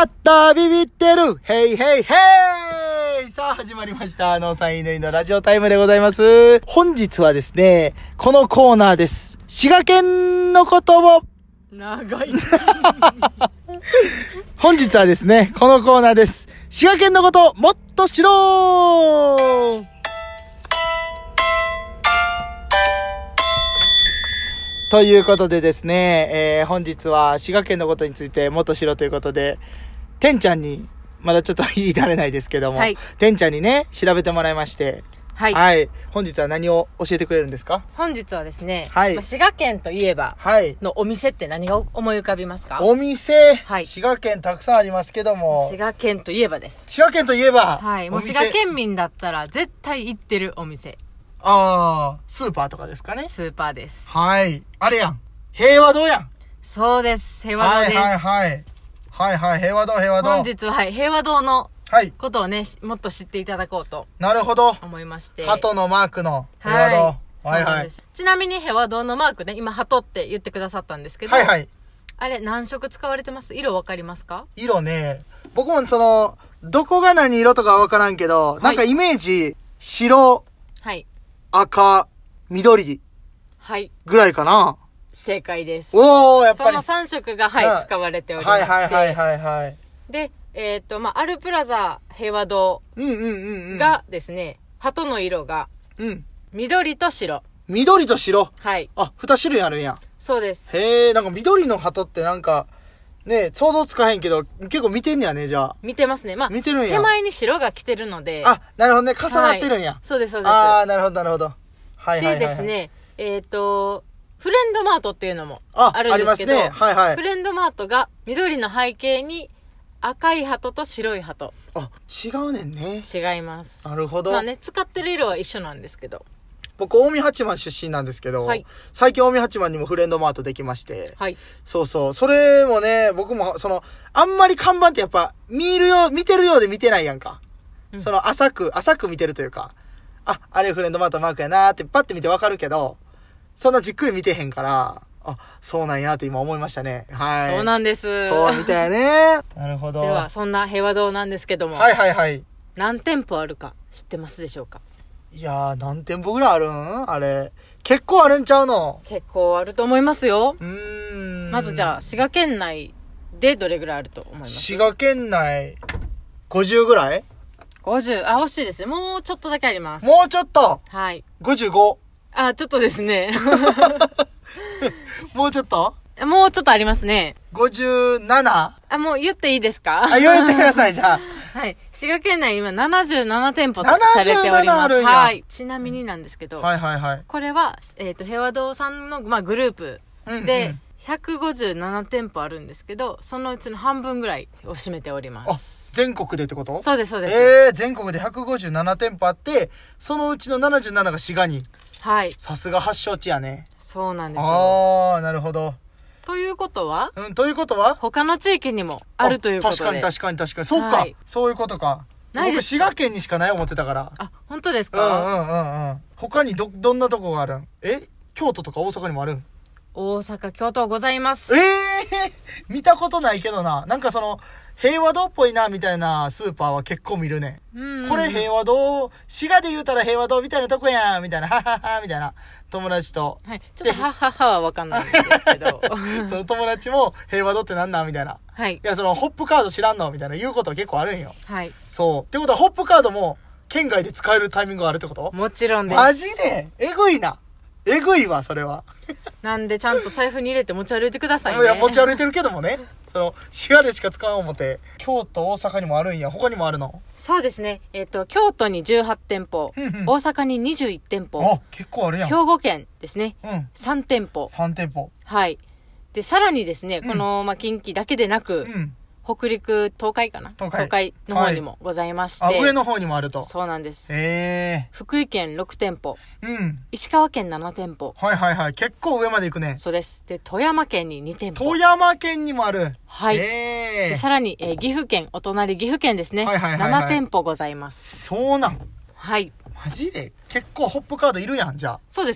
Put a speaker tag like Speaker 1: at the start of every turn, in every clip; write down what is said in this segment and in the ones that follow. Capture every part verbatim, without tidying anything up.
Speaker 1: まったビビってるヘイヘイヘイさあ始まりました農産犬のラジオタイムでございます。本日はですね、このコーナーです。滋賀県のことを
Speaker 2: 長い
Speaker 1: 本日はですね、このコーナーです。滋賀県のことをもっと知ろうということでですね、えー、本日は滋賀県のことについてもっと知ろうということで、てんちゃんに、まだちょっと言い慣れないですけども、はい、てんちゃんにね、調べてもらいまして、はい。はい。本日は何を教えてくれるんですか？
Speaker 2: 本日はですね、
Speaker 1: はい。
Speaker 2: まあ、滋賀県といえば、はい。のお店って何が思い浮かびますか？
Speaker 1: お店、はい。滋賀県たくさんありますけども。
Speaker 2: 滋賀県といえばです。
Speaker 1: 滋賀県といえば、
Speaker 2: はい。もう滋賀県民だったら絶対行ってるお店。
Speaker 1: ああ、スーパーとかですかね？
Speaker 2: スーパーです。
Speaker 1: はい。あれやん。平和堂やん。
Speaker 2: そうです。平和堂です。
Speaker 1: はいはいはい。はいはい、平和堂平和堂。
Speaker 2: 本日は、はい、平和堂の、はい。ことをね、もっと知っていただこうと。
Speaker 1: なるほど。
Speaker 2: 思いまして。
Speaker 1: 鳩のマークの平和堂。はい、はいはい。
Speaker 2: ちなみに平和堂のマークね、今鳩って言ってくださったんですけど。はいはい。あれ、何色使われてます？色わかりますか？
Speaker 1: 色ね、僕もその、どこが何色とかわからんけど、はい、なんかイメージ、白、はい。赤、緑。はい。ぐらいかな。
Speaker 2: 正解です。
Speaker 1: おー、やっぱり。
Speaker 2: そのさん色が、はい、使われておりまして。
Speaker 1: はいはいはいはいはい。
Speaker 2: で、えっと、まあ、アルプラザ平和堂がですね、鳩の色が、うん。緑と白。
Speaker 1: 緑と白？
Speaker 2: はい。
Speaker 1: あ、二種類あるんや。
Speaker 2: そうです。
Speaker 1: へー、なんか緑の鳩ってなんか、ね、想像つかへんけど、結構見てんねやね、じゃあ。
Speaker 2: 見てますね。まあ、見てるんや。手前に白が来てるので。
Speaker 1: あ、なるほどね、重なってるんや。はい、
Speaker 2: そうです、そうです。
Speaker 1: あー、なるほど、なるほど。はいはいはい、はい。
Speaker 2: でですね、えっと、フレンドマートっていうのもあるんですけど、あ、ありますね。はいはい。フレンドマートが緑の背景に赤い鳩と白い鳩。
Speaker 1: あ、違うねんね。
Speaker 2: 違います。
Speaker 1: なるほど。
Speaker 2: まあね、使ってる色は一緒なんですけど。
Speaker 1: 僕、近江八幡出身なんですけど、はい、最近近江八幡にもフレンドマートできまして、はい。そうそう。それもね、僕も、その、あんまり看板ってやっぱ、見るよ、見てるようで見てないやんか。うん、その、浅く、浅く見てるというか、あ、あれフレンドマートマークやなーってパッて見てわかるけど、そんなじっくり見てへんから、あ、そうなんやって今思いましたね。はい。
Speaker 2: そうなんです。
Speaker 1: そうみたいね。なるほど。
Speaker 2: では、そんな平和堂なんですけども。
Speaker 1: はいはいはい。
Speaker 2: 何店舗あるか知ってますでしょうか？
Speaker 1: いやー、何店舗ぐらいあるん？あれ。結構あるんちゃうの？
Speaker 2: 結構あると思いますよ。
Speaker 1: うーん。
Speaker 2: まずじゃあ、滋賀県内でどれぐらいあると思います？
Speaker 1: 滋賀県内、ごじゅうぐらい？
Speaker 2: ごじゅう。あ、惜しいですね。もうちょっとだけあります。
Speaker 1: もうちょっと？
Speaker 2: はい。
Speaker 1: ごじゅうご。
Speaker 2: あ、ちょっとですね。
Speaker 1: もうちょっと？
Speaker 2: もうちょっとありますね。
Speaker 1: ごじゅうなな？
Speaker 2: あ、もう言っていいですか？
Speaker 1: あ、言ってください、じゃあ。
Speaker 2: はい。滋賀県内今ななじゅうなな店舗とされております。ななじゅうななあるんや。はい。ちなみになんですけど。はいはいはい。これは、えっと、平和堂さんの、まあ、グループで、うんうん、ひゃくごじゅうなな店舗あるんですけど、そのうちの半分ぐらいを占めております。
Speaker 1: あ、全国でってこと？
Speaker 2: そうです、そうです。
Speaker 1: えー、全国でひゃくごじゅうなな店舗あって、そのうちのななじゅうななが滋賀に。はい。さすが発祥地やね。
Speaker 2: そうなんですよ。
Speaker 1: あー、なるほど。
Speaker 2: ということは
Speaker 1: うん、ということは
Speaker 2: 他の地域にもあるということで。
Speaker 1: 確かに確かに確かに。そっか、はい。そういうことか。僕、滋賀県にしかない思ってたから。
Speaker 2: あ、本当ですか？
Speaker 1: うんうんうんうん。他にど、どんなとこがあるん？え？京都とか大阪にもあるん？
Speaker 2: 大阪、京都はございます。
Speaker 1: ええー、見たことないけどな。なんかその、平和堂っぽいな、みたいなスーパーは結構見るね。うん。これ平和堂、滋賀で言うたら平和堂みたいなとこやん、みたいな、ははは、みたいな友達と。
Speaker 2: はい。ちょっとははははわかんないんですけど。
Speaker 1: その友達も平和堂ってなんなんみたいな。はい。いや、そのホップカード知らんのみたいな言うこと結構あるんよ。はい。そう。ってことはホップカードも県外で使えるタイミングがあるってこと？
Speaker 2: もちろんです。
Speaker 1: マジで？えぐいな。えぐいわ、それは。
Speaker 2: なんでちゃんと財布に入れて持ち歩いてくださいね。
Speaker 1: いや、持ち歩いてるけどもね。その、滋賀でしか使わん思って。京都、大阪にもあるんや。他にもあるの？
Speaker 2: そうですね。えっと、京都にじゅうはち店舗。うんうん、大阪ににじゅういち店舗。
Speaker 1: あ、結構あるやん。
Speaker 2: 兵庫県ですね。うん。さん店舗。
Speaker 1: さん店舗。
Speaker 2: はい。で、さらにですね、うん、この、まあ、近畿だけでなく、うん、北陸、東海かな東海。東海の方にもございまして、
Speaker 1: はい。あ、上の方にもあると。
Speaker 2: そうなんです。
Speaker 1: へー。
Speaker 2: 福井県ろく店舗。うん。石川県なな店舗。
Speaker 1: はいはいはい。結構上まで行くね。
Speaker 2: そうです。で、富山県にに店舗。
Speaker 1: 富山県にもある。
Speaker 2: はい。へー。で、さらに、えー、岐阜県、お隣岐阜県ですね。はいはいはい、はい。なな店舗ございます。
Speaker 1: そうなん。
Speaker 2: はい。
Speaker 1: マジで結構ホップカードいるやん、じゃあ。
Speaker 2: そうですよ。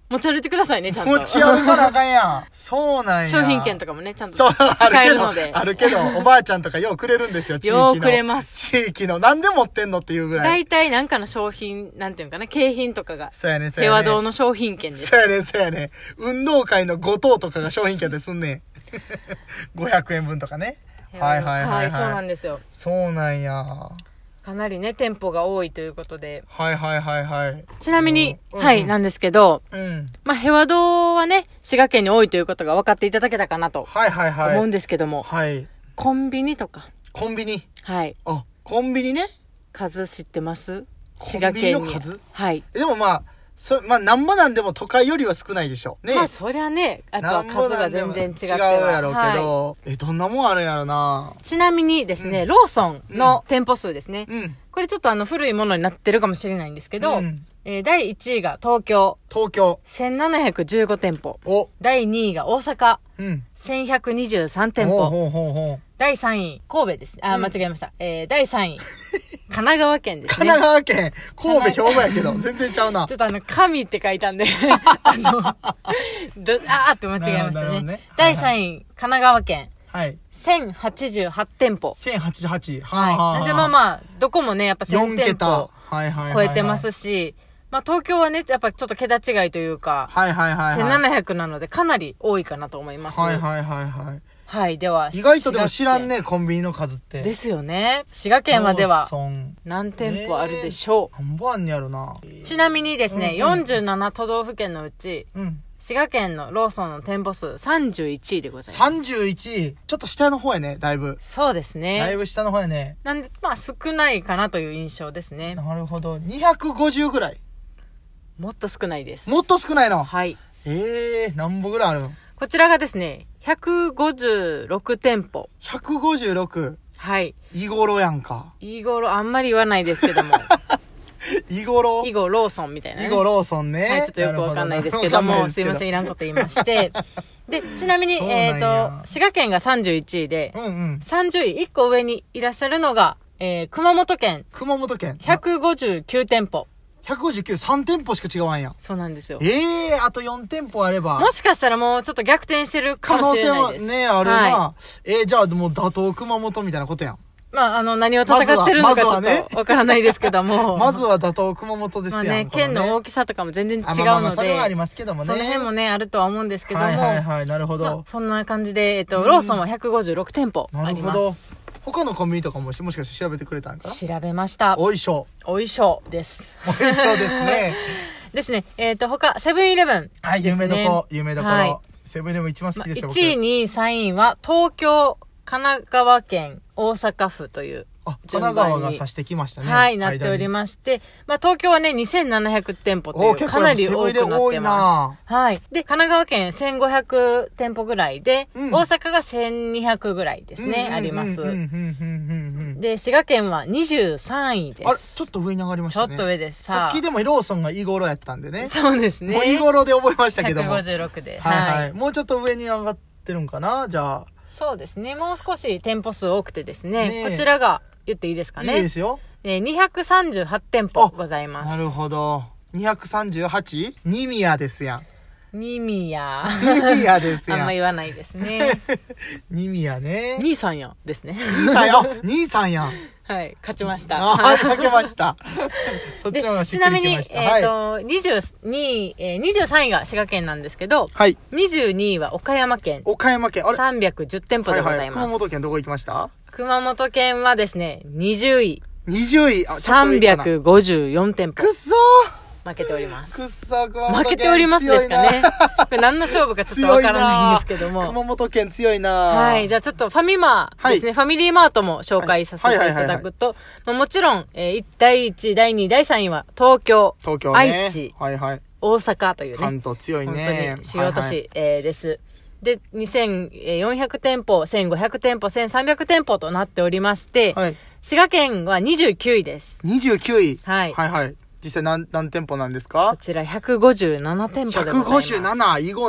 Speaker 2: 持ち歩いてくださいね、ちゃんと。
Speaker 1: 持ち歩かなあかんやん。そうなんや。
Speaker 2: 商品券とかもね、ちゃんと
Speaker 1: そう、あるけど、
Speaker 2: あ
Speaker 1: るけど、おばあちゃんとかようくれるんですよ、地域の。
Speaker 2: ようくれます。
Speaker 1: 地域の。なんで持ってんのっていうぐらい。
Speaker 2: 大体なんかの商品、なんていうのかな、景品とかが。
Speaker 1: そうやね、そうやね。
Speaker 2: 平和堂の商品券です。
Speaker 1: そうやね、そうやね。運動会のご等とかが商品券ですんねん。ごひゃくえんぶんとかね。はいはいはい、はい。はい、
Speaker 2: そうなんですよ。
Speaker 1: そうなんや。
Speaker 2: かなりね、店舗が多いということで。
Speaker 1: はいはいはいはい。
Speaker 2: ちなみに、うん、はい、うん、なんですけど、うん。まあ、平和堂はね、滋賀県に多いということが分かっていただけたかなと。はいはいはい。思うんですけども。はい。コンビニとか。
Speaker 1: コンビニ
Speaker 2: はい。
Speaker 1: あ、コンビニね。
Speaker 2: 数知ってます？滋賀県に。
Speaker 1: コンビニの数？
Speaker 2: はい。
Speaker 1: でもまあ、そ、まあ、なんぼなんでも都会よりは少ないでしょ。ね。
Speaker 2: まあ、そりゃね、あとは数が全然違っては。
Speaker 1: 違うやろうけど、はい、え、どんなもんあるんやろな。
Speaker 2: ちなみにですね、うん、ローソンの店舗数ですね。うん。これちょっとあの、古いものになってるかもしれないんですけど、うん、えー、だいいちいが東京。
Speaker 1: 東京。
Speaker 2: せんななひゃくじゅうご店舗。お。だいにいが大阪。うん。せんひゃくにじゅうさん店舗。ほうほうほうほう。だいさんい、神戸です。あ、うん、間違えました。えー、だいさんい。神奈川県ですね。
Speaker 1: 神奈川県。神戸、兵庫やけど、全然ちゃうな。
Speaker 2: ちょっとあの、神って書いたんで、あの、ど、あーって間違えましたね。ねだいさんい、はいはい、神奈川県。はい。せんはちじゅうはち店舗。
Speaker 1: せんはちじゅうはち。
Speaker 2: はい。なんでまあまあ、どこもね、やっぱせん店舗超えてますし、まあ東京はね、やっぱちょっと桁違いというか、はいはいはい、はい。せんななひゃくなのでかなり多いかなと思います。
Speaker 1: はいはいはいはい。
Speaker 2: はい、では。
Speaker 1: 意外とでも知らんね、コンビニの数って。
Speaker 2: ですよね。滋賀県までは何店舗あるでしょう。
Speaker 1: 何本あんねやろな。
Speaker 2: ちなみにですね、うんうん、よんじゅうなな都道府県のうち、うん、滋賀県のローソンの店舗数さんじゅういちいでございます。
Speaker 1: さんじゅういちい。ちょっと下の方やね、だいぶ。
Speaker 2: そうですね。
Speaker 1: だいぶ下の方やね。
Speaker 2: なんで、まあ少ないかなという印象ですね。
Speaker 1: なるほど。にひゃくごじゅうぐらい。
Speaker 2: もっと少ないです。
Speaker 1: もっと少ないの？
Speaker 2: はい。
Speaker 1: ええー、何本ぐらいあるの？
Speaker 2: こちらがですね、ひゃくごじゅうろく店舗。
Speaker 1: ひゃくごじゅうろく？
Speaker 2: はい。
Speaker 1: イゴロやんか。
Speaker 2: イゴロ、あんまり言わないですけども。
Speaker 1: イゴロ
Speaker 2: イゴローソンみたいな、ね。
Speaker 1: イゴローソンね。
Speaker 2: はい、ちょっとよくわかんないですけども、どすいません、いらんこと言いまして。で、ちなみに、えっ、ー、と、滋賀県がさんじゅういちいで、うんうん、さんじゅうい、いっこ上にいらっしゃるのが、えー、熊本県。
Speaker 1: 熊本県。
Speaker 2: ひゃくごじゅうきゅう店舗。
Speaker 1: ひゃくごじゅうきゅう、さん店舗しか違わんやん。
Speaker 2: そうなんですよ。
Speaker 1: ええー、あとよん店舗あれば。
Speaker 2: もしかしたらもうちょっと逆転してるかもしれないです。
Speaker 1: 可能性はね、あるな。はい、えー、じゃあもう打倒熊本みたいなことやん。
Speaker 2: まあ、あの、何を戦ってるのかちょっとわからないですけども。
Speaker 1: まずは打倒熊本ですよ。まあ
Speaker 2: ね、県の大きさとかも全然違うので。
Speaker 1: まあまあそれはありますけどもね。
Speaker 2: その辺もね、あるとは思うんですけども。
Speaker 1: はいはいはい、なるほど。まあ、
Speaker 2: そんな感じで、えっと、ローソンはひゃくごじゅうろく店舗あります。なるほど。
Speaker 1: 他のコンビニとかももしかして調べてくれたんかな？
Speaker 2: 調べました。
Speaker 1: おいしょ。
Speaker 2: おいしょです。
Speaker 1: おいしょですね。
Speaker 2: ですね。えっ、ー、と、他、セブンイレブン、ね。
Speaker 1: はい、有名どこ、有名どころ。はい、セブンイレブン一番好きですよ、
Speaker 2: まあ、いちい、にい、さんいは、東京、神奈川県、大阪府という。
Speaker 1: あ、神奈川が指してきましたね。
Speaker 2: はい、なっておりまして、まあ、東京はね、にせんななひゃく店舗という、かなり多くなってます。はい。で、神奈川県せんごひゃく店舗ぐらいで、うん、大阪がせんにひゃくぐらいですね、あります。で、滋賀県はにじゅうさんいです。
Speaker 1: あれ、ちょっと上に上がりましたね。
Speaker 2: ちょっと上です。
Speaker 1: さっきでもローソンがイゴロやったんでね。
Speaker 2: そうですね。
Speaker 1: もうイゴロで覚えましたけども。
Speaker 2: ひゃくごじゅうろくで。
Speaker 1: はいはい。もうちょっと上に上がってるんかな、じゃあ。
Speaker 2: そうですね。もう少し店舗数多くてですね、こちらが、言っていいですかね。
Speaker 1: いいですよ。
Speaker 2: えー、にひゃくさんじゅうはち店舗ございます。
Speaker 1: なるほど。にひゃくさんじゅうはち？ ニミヤですやん。
Speaker 2: ニミヤ。
Speaker 1: ニミヤですやん。
Speaker 2: あんま言わないですね。
Speaker 1: ニミヤね。
Speaker 2: 兄さんやんですね。
Speaker 1: 兄さんや。兄さんやん。
Speaker 2: はい、勝ちました。
Speaker 1: あ、勝ちました。そっちの方がしっくりきました。
Speaker 2: ちなみに、えっ、ー、と、にじゅうにい、えー、にじゅうさんいが滋賀県なんですけど、はい。にじゅうにいは岡山県。
Speaker 1: 岡山県。あれ ?さんびゃく
Speaker 2: じゅう店舗でございます。はいはい、
Speaker 1: 熊本県どこ行きました？
Speaker 2: 熊本県はですね、にじゅうい。
Speaker 1: にじゅうい。あ、
Speaker 2: さんびゃくごじゅうよん店舗。
Speaker 1: くっそ
Speaker 2: ー負けております。
Speaker 1: くっそー、熊本県。
Speaker 2: 負けておりますですかね。これ何の勝負かちょっとわからないんですけども。
Speaker 1: 熊本県強いな
Speaker 2: はい。じゃあちょっとファミマですね、はい、ファミリーマートも紹介させていただくと、もちろん、えー、だいいちい、だいにい、だいさんいは東京、
Speaker 1: 東京ね、
Speaker 2: 愛知、
Speaker 1: はいはい、
Speaker 2: 大阪というね。
Speaker 1: 関東強いね。
Speaker 2: 本当に主要都市、はいはい、えー、です。で、にせんよんひゃく店舗、せんごひゃく店舗、せんさんびゃく店舗となっておりまして、はい、滋賀県はにじゅうきゅういです。
Speaker 1: にじゅうきゅうい？
Speaker 2: はい。
Speaker 1: はいはい。実際何、何店舗なんですか？
Speaker 2: こちらひゃくごじゅうなな店舗でございます。
Speaker 1: ひゃくごじゅうなな、囲碁な。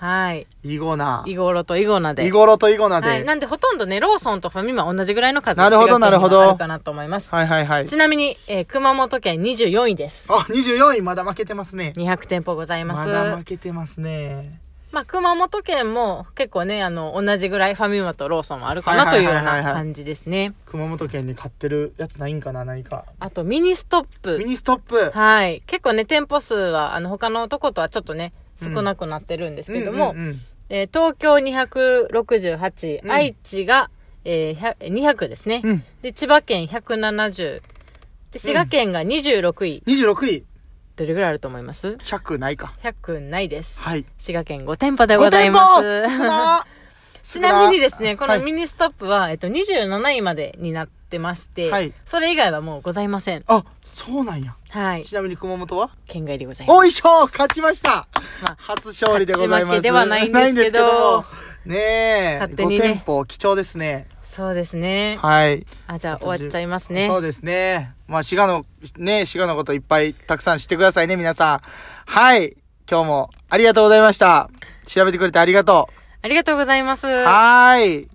Speaker 2: はい。
Speaker 1: イゴナ。
Speaker 2: イゴロとイゴナで。
Speaker 1: イゴロとイゴナで。
Speaker 2: はい。なんでほとんどね、ローソンとファミマ同じぐらいの数が違うあるかなと思います。
Speaker 1: はいはいはい。
Speaker 2: ちなみに、えー、熊本県にじゅうよんいです。
Speaker 1: あ、にじゅうよんいまだ負けてますね。
Speaker 2: にひゃくてんぽございます。
Speaker 1: まだ負けてますね。
Speaker 2: まあ、熊本県も結構ね、あの、同じぐらいファミマとローソンもあるかなというような感じですね。
Speaker 1: 熊本県に買ってるやつないんかな、何か。
Speaker 2: あと、ミニストップ。
Speaker 1: ミニストップ。
Speaker 2: はい。結構ね、店舗数は、あの、他のとことはちょっとね、少なくなってるんですけども、うんうんうんうん、えー、東京にひゃくろくじゅうはち、うん、愛知が、えー、にひゃくですね、うん。で、千葉県ひゃくななじゅう。で、滋賀県がにじゅうろくい。
Speaker 1: うん、にじゅうろくい。
Speaker 2: どれぐらいあると思います？
Speaker 1: ひゃく ないか。
Speaker 2: ひゃくないです。
Speaker 1: はい。
Speaker 2: 滋賀県ごてんぽでございます。
Speaker 1: ち
Speaker 2: なみにですね、このミニストップは、はい、えっと、にじゅうなないまでになってまして、はい、それ以外はもうございません。
Speaker 1: あ、そうなんや。
Speaker 2: はい。
Speaker 1: ちなみに熊本は
Speaker 2: 県外でございます。
Speaker 1: おいしょ勝ちました、まあ、初勝利でございます。
Speaker 2: 勝ち負けではないんですけど。ないんですけど
Speaker 1: ねえ。
Speaker 2: 勝手にね。
Speaker 1: ごてんぽ貴重ですね。
Speaker 2: そうですね。
Speaker 1: はい。
Speaker 2: あ、じゃあ終わっちゃいますね。
Speaker 1: そうですね。まあ、滋賀の、ね、滋賀のこといっぱいたくさん知ってくださいね、皆さん。はい。今日もありがとうございました。調べてくれてありがとう。
Speaker 2: ありがとうございます。
Speaker 1: はい。